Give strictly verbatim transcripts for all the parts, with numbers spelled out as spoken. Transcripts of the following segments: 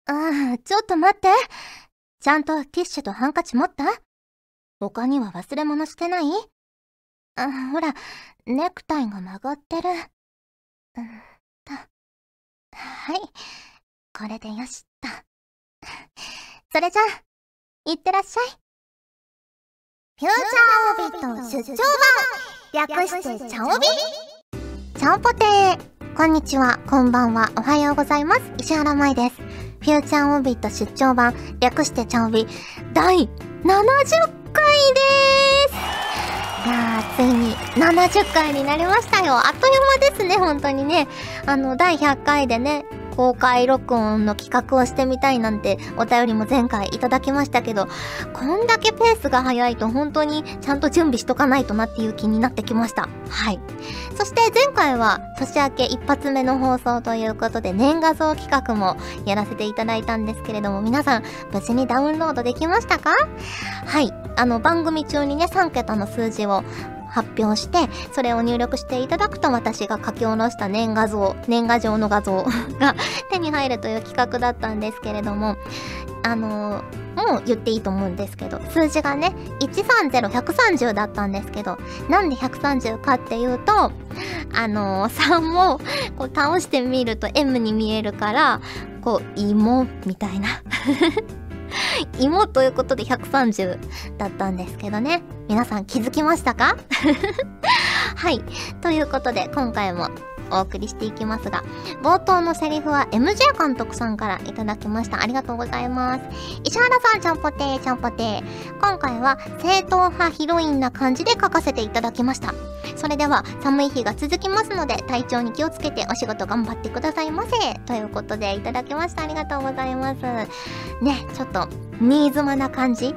ああ、ちょっと待って。ちゃんとティッシュとハンカチ持った？他には忘れ物してない？あ、ほら、ネクタイが曲がってる。うんと。はい。これでよしっと。それじゃあ、いってらっしゃい。フューチャーオービット出張版、略してチャオビ。チャオポテー。こんにちは、こんばんは、おはようございます。石原舞です。フューチャーオービット出張版、略してチャオビ、だいななじゅっかいでーす。いやー、ついにななじゅっかいになりましたよ。あっという間ですね、本当にね。あの、だいひゃっかいでね、公開録音の企画をしてみたいなんてお便りも前回いただきましたけど、こんだけペースが早いと本当にちゃんと準備しとかないとなっていう気になってきました。はい。そして前回は年明け一発目の放送ということで年画像企画もやらせていただいたんですけれども、皆さん無事にダウンロードできましたか？はい。あの番組中にねさんけたの数字を発表して、それを入力していただくと私が書き下ろした年画像、年賀状の画像が手に入るという企画だったんですけれども、あのー、もう言っていいと思うんですけど、数字がね、いちさんゼロ、ひゃくさんじゅうだったんですけど、なんでひゃくさんじゅうかっていうと、あのー、さんもこう倒してみると エム に見えるから、こう、芋みたいな。芋ということでひゃくさんじゅうだったんですけどね。皆さん気づきましたか？はい。ということで今回もお送りしていきますが、冒頭のセリフは エムジェー 監督さんからいただきました。ありがとうございます。石原さん、ちゃんぽてー、ちゃんぽてー。今回は正統派ヒロインな感じで書かせていただきました。それでは寒い日が続きますので体調に気をつけてお仕事頑張ってくださいませ。ということでいただきました。ありがとうございます。ね、ちょっと新妻な感じ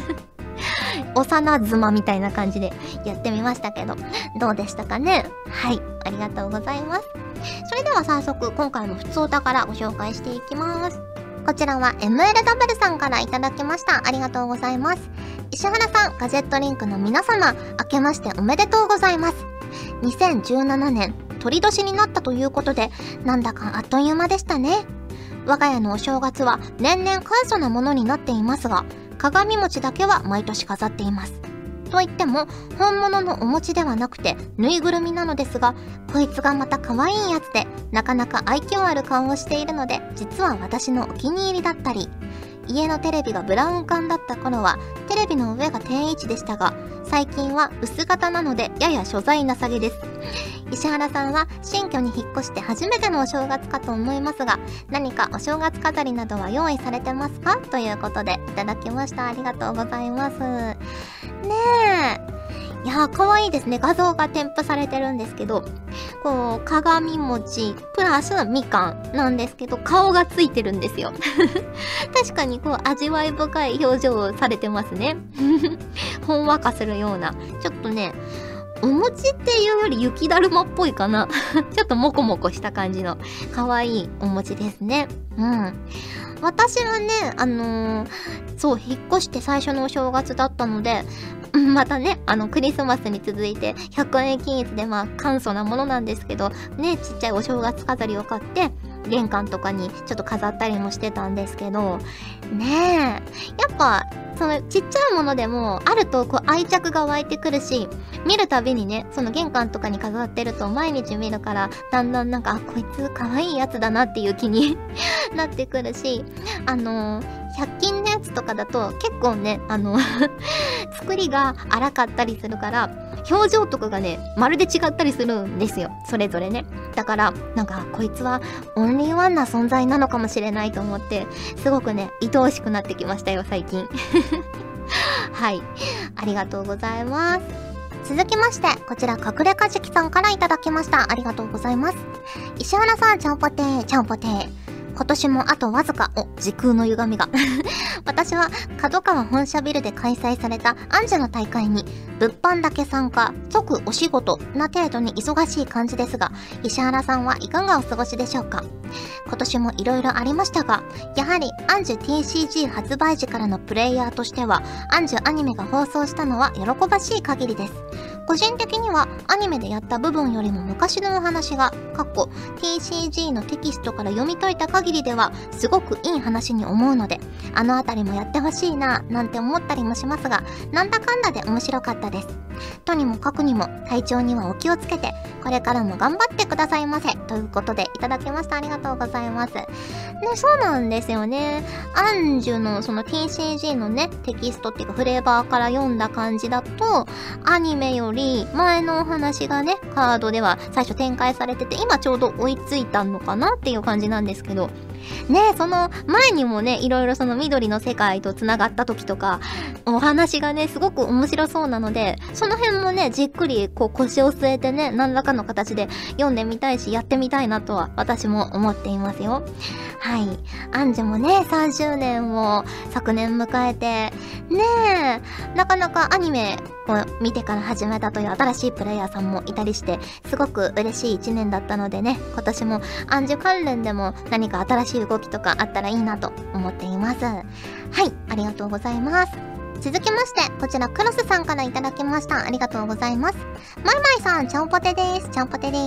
幼妻みたいな感じでやってみましたけど、どうでしたかね？はい、ありがとうございます。それでは早速今回も普通歌からご紹介していきます。こちらは エムエルダブル さんからいただきました。ありがとうございます。石原さん、ガジェットリンクの皆様、明けましておめでとうございます。にせんじゅうななねん、鳥年になったということで、なんだかあっという間でしたね。我が家のお正月は年々簡素なものになっていますが、鏡餅だけは毎年飾っています。と言っても本物のお餅ではなくてぬいぐるみなのですが、こいつがまた可愛いやつでなかなか愛嬌ある顔をしているので、実は私のお気に入りだったり、家のテレビがブラウン管だった頃はテレビの上が定位置でしたが、最近は薄型なのでやや所在なさげです。石原さんは新居に引っ越して初めてのお正月かと思いますが、何かお正月飾りなどは用意されてますか？ということでいただきました。ありがとうございます。ねえ。いやー、かわいいですね。画像が添付されてるんですけど、こう、鏡餅、プラスみかんなんですけど、顔がついてるんですよ。確かにこう、味わい深い表情をされてますね。ほんわかするような。ちょっとね、お餅っていうより雪だるまっぽいかな。ちょっとモコモコした感じの可愛いお餅ですね。うん。私はね、あのー、そう、引っ越して最初のお正月だったので、またね、あのクリスマスに続いてひゃくえん均一でまあ簡素なものなんですけどね、ちっちゃいお正月飾りを買って玄関とかにちょっと飾ったりもしてたんですけどねえ、やっぱそのちっちゃいものでもあるとこう愛着が湧いてくるし、見るたびにね、その玄関とかに飾ってると毎日見るから、だんだんなんか、あ、こいつ可愛いやつだなっていう気になってくるし、あのーひゃく均のやつとかだと結構ね、あの作りが荒かったりするから表情とかがねまるで違ったりするんですよ、それぞれね。だからなんかこいつはオンリーワンな存在なのかもしれないと思って、すごくね愛おしくなってきましたよ最近。はい、ありがとうございます。続きまして、こちら隠れかじきさんからいただきました。ありがとうございます。石原さん、ちゃんぽてー、ちゃんぽてー。今年もあとわずか、お、時空の歪みが。私は角川本社ビルで開催されたアンジュの大会に物販だけ参加、即お仕事な程度に忙しい感じですが、石原さんはいかがお過ごしでしょうか？今年も色々ありましたが、やはりアンジュ ティーシージー 発売時からのプレイヤーとしては、アンジュアニメが放送したのは喜ばしい限りです。 個人的にはアニメでやった部分よりも昔のお話が、かっこ ティーシージー のテキストから読み解いた限りではすごくいい話に思うので、あのあたりもやってほしいななんて思ったりもしますが、なんだかんだで面白かったです。とにもかくにも体調にはお気をつけて、これからも頑張ってくださいませということでいただきました。ありがとうございます。ね、そうなんですよね。アンジュのその ティーシージー のねテキストっていうかフレーバーから読んだ感じだと、アニメより前のお話がねカードでは最初展開されてて、今ちょうど追いついたのかなっていう感じなんですけどね、その前にもねいろいろその緑の世界とつながった時とかお話がねすごく面白そうなので、その辺もねじっくりこう腰を据えてね何らかの形で読んでみたいしやってみたいなとは私も思っていますよ。はい、アンジュもねさんしゅうねんを昨年迎えてねえ、なかなかアニメを見てから始めたという新しいプレイヤーさんもいたりして、すごく嬉しいいちねんだったのでね、今年もアンジュ関連でも何か新しい動きとかあったらいいなと思っています。はい、ありがとうございます。続きまして、こちらクロスさんからいただきました。ありがとうございます。マイマイさん、ちゃんぽてです。ちゃんぽてです。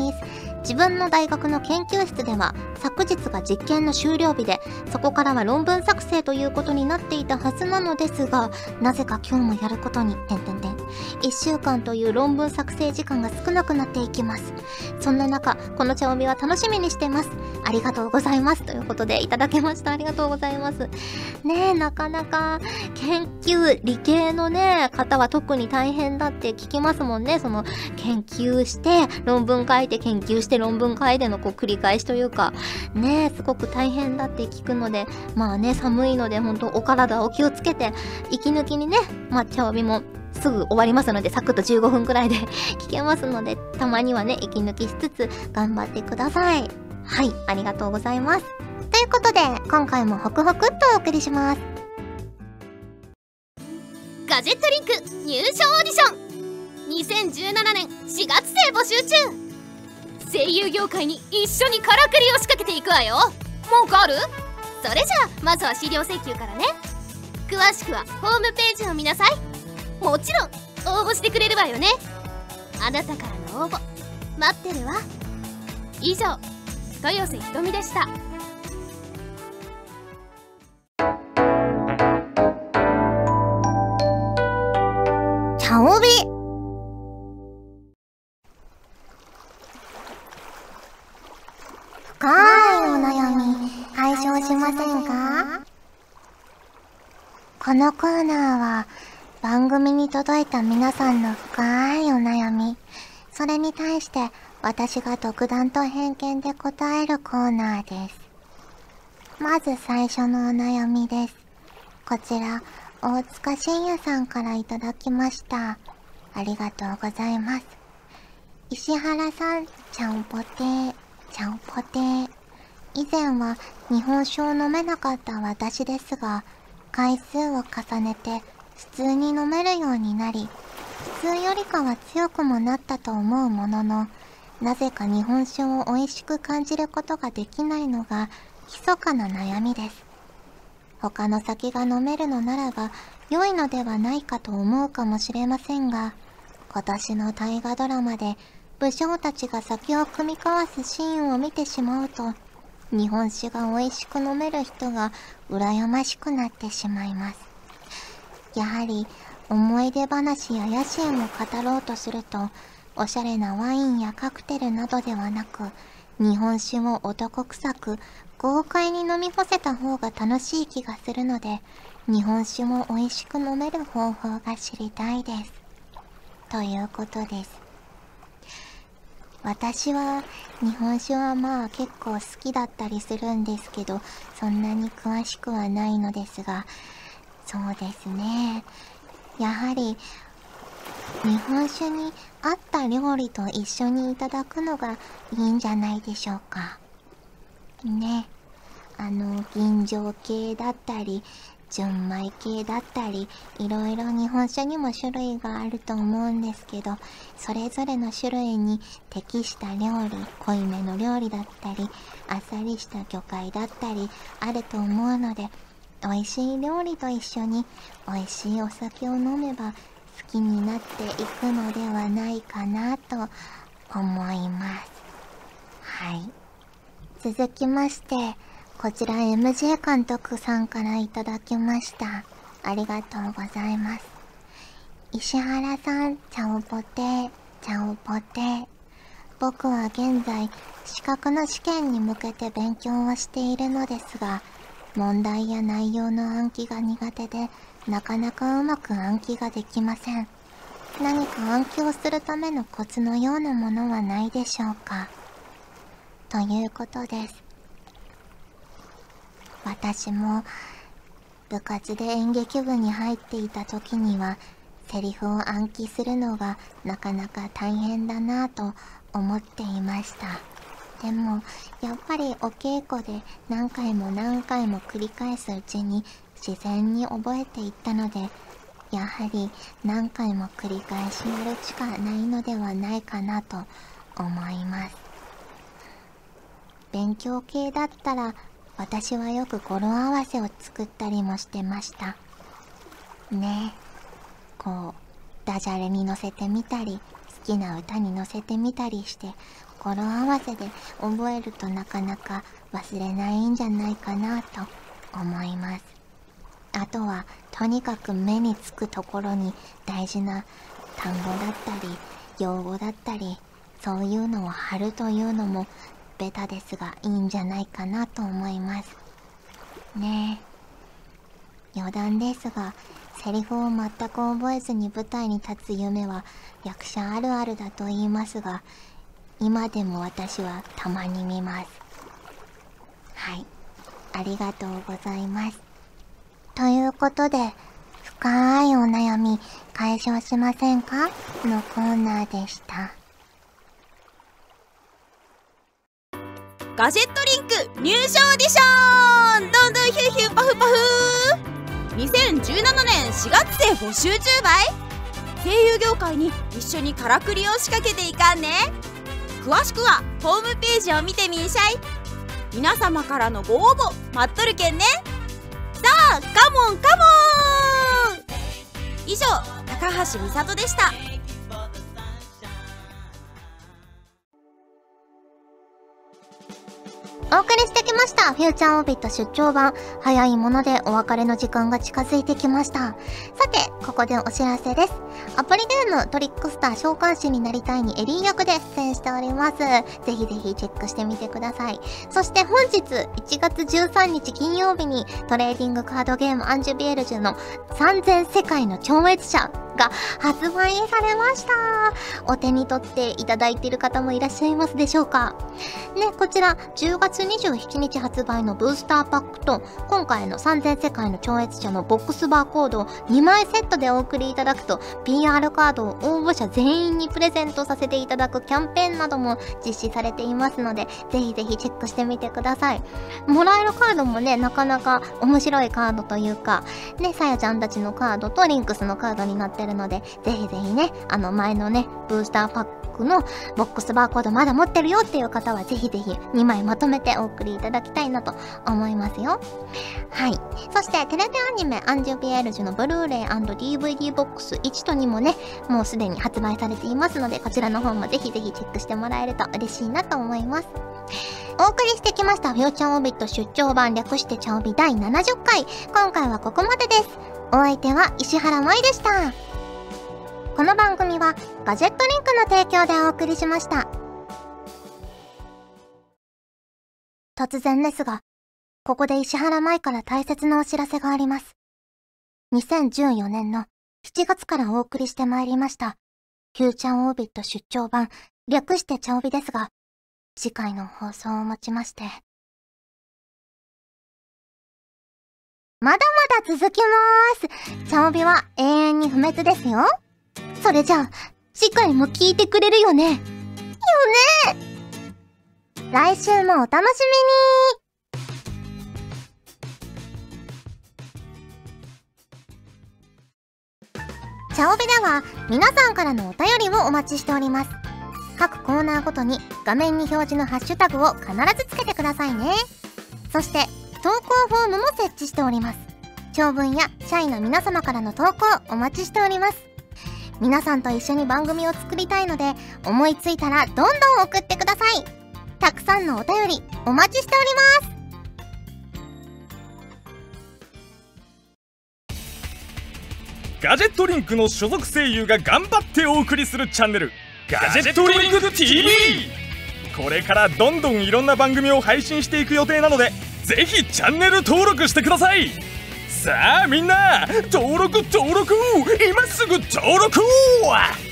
自分の大学の研究室では昨日が実験の終了日で、そこからは論文作成ということになっていたはずなのですが、なぜか今日もやることに点々点いっしゅうかんという論文作成時間が少なくなっていきます。そんな中、この茶帯は楽しみにしてます。ありがとうございますということでいただきました。ありがとうございます。ねえ、なかなか研究理系のね方は特に大変だって聞きますもんね。その研究して論文書いて研究して論文書いてのこう繰り返しというかね、すごく大変だって聞くので、まあね寒いので本当お体お気をつけて、息抜きにねまあ茶帯もすぐ終わりますので、サクッとじゅうごふんくらいで聞けますので、たまにはね息抜きしつつ頑張ってください。はい、ありがとうございます。ということで今回もホクホクっとお送りします。 ガジェットリンク入賞オーディションにせんじゅうななねんしがつ生募集中。声優業界に一緒にからくりを仕掛けていくわよ。文句ある？それじゃあまずは資料請求からね。詳しくはホームページを見なさい。もちろん応募してくれるわよね。あなたからの応募待ってるわ。以上、豊瀬ひとみでした。 茶帯深いお悩み解消しませんか？このコーナーは番組に届いた皆さんの深いお悩み、それに対して私が独断と偏見で答えるコーナーです。まず最初のお悩みです。こちら大塚信也さんからいただきました。ありがとうございます。石原さん、ちゃんぽてー、ちゃんぽてー。以前は日本酒を飲めなかった私ですが、回数を重ねて普通に飲めるようになり、普通よりかは強くもなったと思うものの、なぜか日本酒を美味しく感じることができないのが密かな悩みです。他の酒が飲めるのならば良いのではないかと思うかもしれませんが、今年の大河ドラマで武将たちが酒を酌み交わすシーンを見てしまうと、日本酒が美味しく飲める人が羨ましくなってしまいます。やはり思い出話や野心を語ろうとすると、おしゃれなワインやカクテルなどではなく、日本酒を男臭く豪快に飲み干せた方が楽しい気がするので、日本酒も美味しく飲める方法が知りたいです。ということです。私は日本酒はまあ結構好きだったりするんですけど、そんなに詳しくはないのですが、そうですね。やはり日本酒に合った料理と一緒にいただくのがいいんじゃないでしょうか。ね。あの、吟醸系だったり、純米系だったり、いろいろ日本酒にも種類があると思うんですけど、それぞれの種類に適した料理、濃いめの料理だったり、あっさりした魚介だったり、あると思うので、美味しい料理と一緒に美味しいお酒を飲めば、 きになっていくのではないかなと思います。はい。続きまして、こちら エムジェー 監督さんからいただきました。ありがとうございます。石原さん、ちゃおぽてー、ちゃおぽてー。僕は現在、資格の試験に向けて勉強をしているのですが、問題や内容の暗記が苦手で、なかなかうまく暗記ができません。何か暗記をするためのコツのようなものはないでしょうか。ということです。私も部活で演劇部に入っていた時にはセリフを暗記するのがなかなか大変だなぁと思っていました。でもやっぱりお稽古で何回も何回も繰り返すうちに自然に覚えていったので、やはり何回も繰り返しやるしかないのではないかなと思います。勉強系だったら私はよく語呂合わせを作ったりもしてました。ねえ、こうダジャレに乗せてみたり、好きな歌に乗せてみたりして語呂合わせで覚えるとなかなか忘れないんじゃないかなと思います。あとはとにかく目につくところに大事な単語だったり用語だったり、そういうのを貼るというのもベタですがいいんじゃないかなと思います。ねえ、余談ですが、セリフを全く覚えずに舞台に立つ夢は役者あるあるだと言いますが、今でも私はたまに見ます。はい、ありがとうございます。ということで、深いお悩み解消しませんかのコーナーでした。 ガジェットリンク入賞オーディション、どんどんヒューヒューパフパフ。にせんじゅうななねんしがつ生募集中ばい。声優業界に一緒にからくりを仕掛けていかんね。詳しくはホームページを見てみんしゃい。皆様からのご応募待っとるけんね。さあカモンカモン。以上、高橋美里でした。 お送りしてきましたフューチャーオービット出張版。早いものでお別れの時間が近づいてきました。さて、ここでお知らせです。アプリゲームトリックスター召喚師になりたいにエリー役で出演しております。ぜひぜひチェックしてみてください。そして本日いちがつじゅうさんにち金曜日にトレーディングカードゲームアンジュビエルジュのさんぜん世界の超越者が発売されました。お手に取っていただいている方もいらっしゃいますでしょうかね。こちらじゅうがつにじゅうしちにち発売のブースターパックと今回のさんぜん世界の超越者のボックスバーコードをにまいセットでお送りいただくと ピーアール カードを応募者全員にプレゼントさせていただくキャンペーンなども実施されていますので、ぜひぜひチェックしてみてください。もらえるカードもね、なかなか面白いカードというかね、さやちゃんたちのカードとリンクスのカードになってるので、ぜひぜひね、あの前のねブースターパックのボックスバーコードまだ持ってるよっていう方はぜひぜひにまいまとめてお送りいただきたいなと思いますよ。はい。そしてテレビアニメアンジュビエルジュのブルーレイ&ディーブイディー ボックスいちとにもね、もうすでに発売されていますので、こちらの方もぜひぜひチェックしてもらえると嬉しいなと思います。お送りしてきましたフューチャーオービット出張版略してチャオビだいななじゅっかい。今回はここまでです。お相手は石原舞でした。この番組はガジェットリンクの提供でお送りしました。突然ですが、ここで石原舞から大切なお知らせがあります。にせんじゅうよねんのしちがつからお送りしてまいりましたフューチャーオービット出張版略してチャオビですが、次回の放送をもちましてまだまだ続きまーす。チャオビは永遠に不滅ですよ。それじゃあ次回も聞いてくれるよねよね。来週もお楽しみに。チャオビでは皆さんからのお便りをお待ちしております。各コーナーごとに画面に表示のハッシュタグを必ずつけてくださいね。そして投稿フォームも設置しております。長文や社員の皆様からの投稿お待ちしております。 皆さんと一緒に番組を作りたいので、思いついたらどんどん送ってください。たくさんのお便りお待ちしております。 ガジェットリンクの所属声優が頑張ってお送りするチャンネル、ガジェットリンク ティーブイ。 これからどんどんいろんな番組を配信していく予定なので、ぜひチャンネル登録してください。さあみんな、登録登録、今すぐ登録。